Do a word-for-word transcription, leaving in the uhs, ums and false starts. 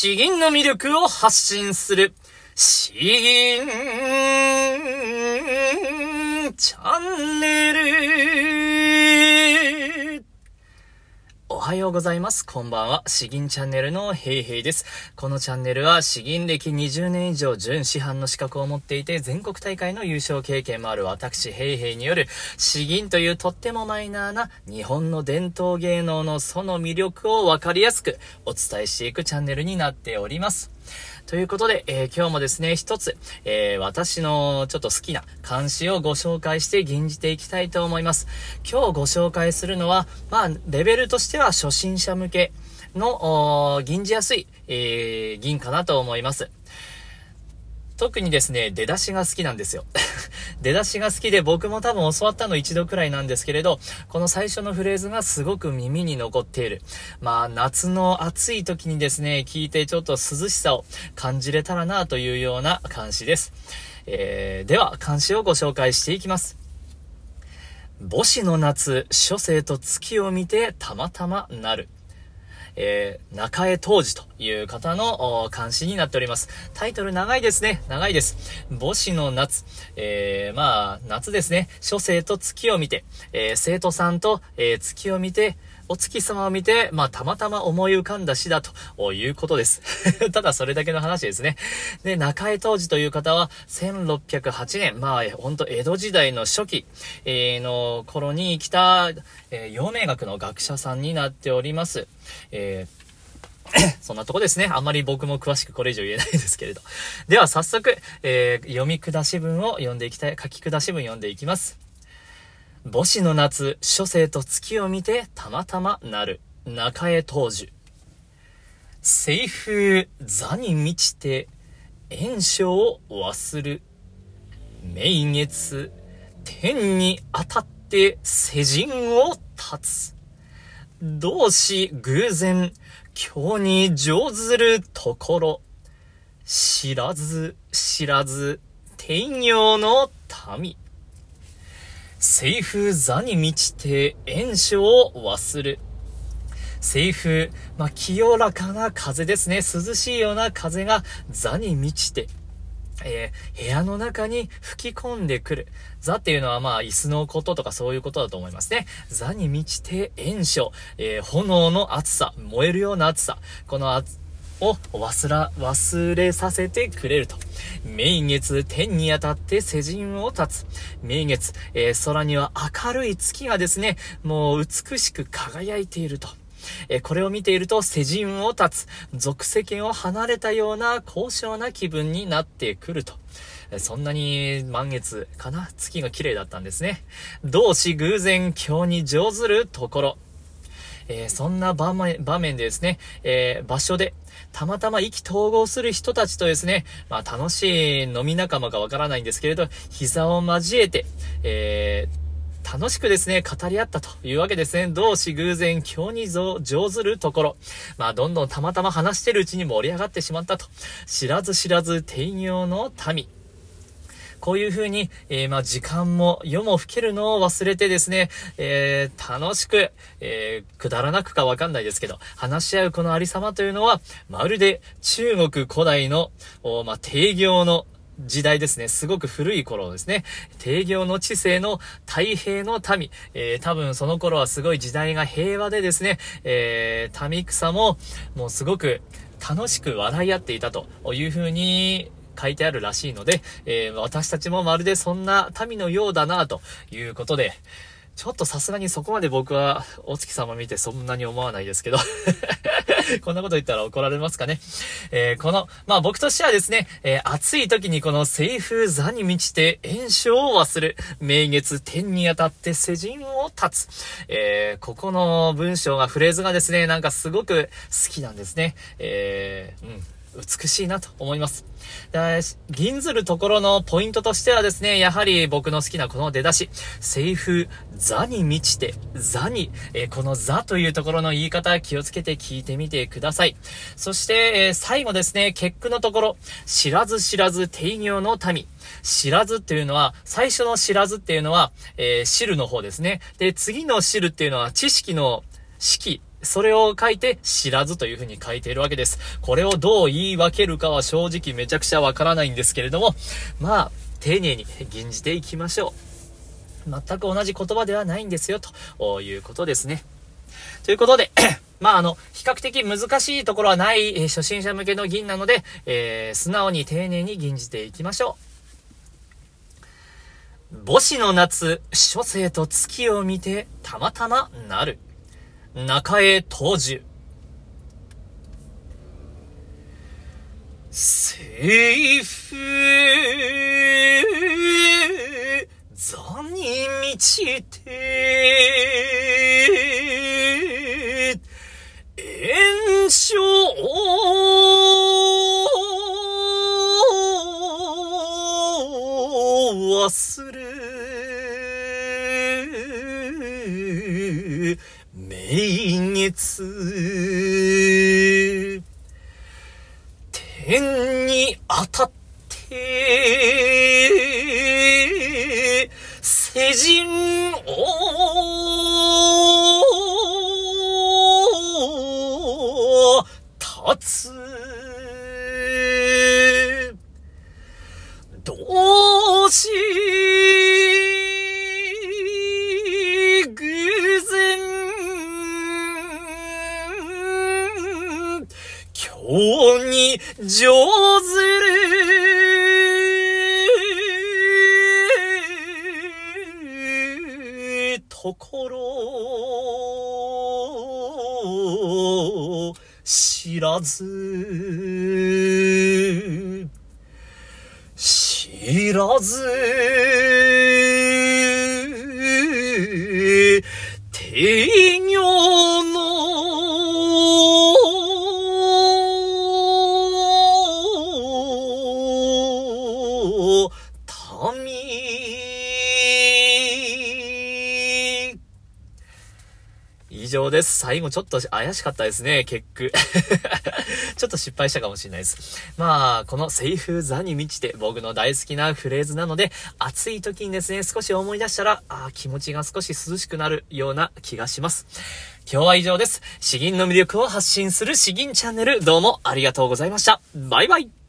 詩吟の魅力を発信する詩吟チャンネル。おはようございます。こんばんは。詩吟チャンネルのヘイヘイです。このチャンネルは詩吟歴にじゅうねん以上準師範の資格を持っていて、全国大会の優勝経験もある私ヘイヘイによる詩吟というとってもマイナーな日本の伝統芸能のその魅力をわかりやすくお伝えしていくチャンネルになっております。ということで、えー、今日もですね、一つ、えー、私のちょっと好きな漢詩をご紹介して吟じていきたいと思います。今日ご紹介するのは、まあ、レベルとしては初心者向けの吟じやすい、えー、吟かなと思います。特にですね、出だしが好きなんですよ。出だしが好きで僕も多分教わったの一度くらいなんですけれど、この最初のフレーズがすごく耳に残っている。まあ夏の暑い時にですね、聞いてちょっと涼しさを感じれたらなというような漢詩です。えー、では漢詩をご紹介していきます。母子の夏、初世と月を見てたまたまなる。えー、中江当時という方の漢詩になっております。タイトル長いですね。長いです。母子の夏。えー、まあ、夏ですね。初世と月を見て、えー、生徒さんと、えー、月を見て、お月様を見て、まあ、たまたま思い浮かんだ詩だということです。ただそれだけの話ですね。で、中江当時という方は、せんろっぴゃくはちねん、まあ、ほんと江戸時代の初期、えー、の頃に来た、えー、陽明学の学者さんになっております。えーそんなとこですね。あんまり僕も詳しくこれ以上言えないですけれど。では早速、えー、読み下し文を読んでいきたい、書き下し文読んでいきます。母子の夏、初世と月を見てたまたまなる。中江当時。西風座に満ちて、炎章を忘る。明月、天に当たって世人を立つ。同志偶然、今日に乗ずるところ。知らず知らず、天陽の民。西風座に満ちて炎章を忘る。西風、まあ、清らかな風ですね。涼しいような風が座に満ちて、えー、部屋の中に吹き込んでくる。座っていうのはまあ椅子のこととかそういうことだと思いますね。座に満ちて炎章、えー、炎の熱さ、燃えるような熱さ、この熱を忘ら、忘れさせてくれると。明月、天に当たって世人を立つ。明月、えー、空には明るい月がですね、もう美しく輝いていると。えー、これを見ていると世人を立つ。俗世間を離れたような高尚な気分になってくると。そんなに満月かな、月が綺麗だったんですね。同志偶然今日に乗ずるところ。えー、そんな場面、場面でですね、えー、場所でたまたま意気投合する人たちとですね、まあ楽しい飲み仲間かわからないんですけれど、膝を交えて、えー、楽しくですね、語り合ったというわけですね。同志偶然今日に乗ずるところ。まあどんどんたまたま話してるうちに盛り上がってしまったと。知らず知らず天陽の民。こういう風に、えー、まあ時間も夜も更けるのを忘れてですね、えー、楽しく、えー、くだらなくかわかんないですけど、話し合うこのありさまというのは、まるで中国古代の、まあ帝業の時代ですね。すごく古い頃ですね。帝業の治世の太平の民。えー、多分その頃はすごい時代が平和でですね、えー、民草ももうすごく楽しく笑い合っていたという風に書いてあるらしいので、えー、私たちもまるでそんな民のようだなということで、ちょっとさすがにそこまで僕はお月様見てそんなに思わないですけどこんなこと言ったら怒られますかね。えー、このまあ僕としてはですね、えー、暑い時にこの西風座に満ちて炎章を忘る。明月天に当たって世人を立つ。えー、ここの文章がフレーズがですね、なんかすごく好きなんですね。えー、うん美しいなと思います。吟ずるところのポイントとしてはですね、やはり僕の好きなこの出だし、西風座に満ちて、座に、えー、この座というところの言い方気をつけて聞いてみてください。そして、えー、最後ですね、結句のところ、知らず知らず帝業の民。知らずっていうのは、最初の知らずっていうのは、えー、知るの方ですね。で、次の知るっていうのは知識の識それを書いて知らずというふうに書いているわけです。これをどう言い分けるかは正直めちゃくちゃわからないんですけれども、まあ、丁寧に吟じていきましょう。全く同じ言葉ではないんですよ、ということですね。ということで、まあ、あの、比較的難しいところはない、えー、初心者向けの吟なので、えー、素直に丁寧に吟じていきましょう。母子の夏、諸星と月を見て、たまたまなる。中江当樹。セーフ、座に満ちて、炎症忘れ、明月、天に当たって、世人を立つ。どうし偶然、今日に上ずるところ知らず知らず定業の民。以上です。最後ちょっと怪しかったですね、結句。ちょっと失敗したかもしれないです。まあ、このセイフ座に満ちて僕の大好きなフレーズなので、暑い時にですね、少し思い出したら、あー気持ちが少し涼しくなるような気がします。今日は以上です。詩吟の魅力を発信する詩吟チャンネル、どうもありがとうございました。バイバイ。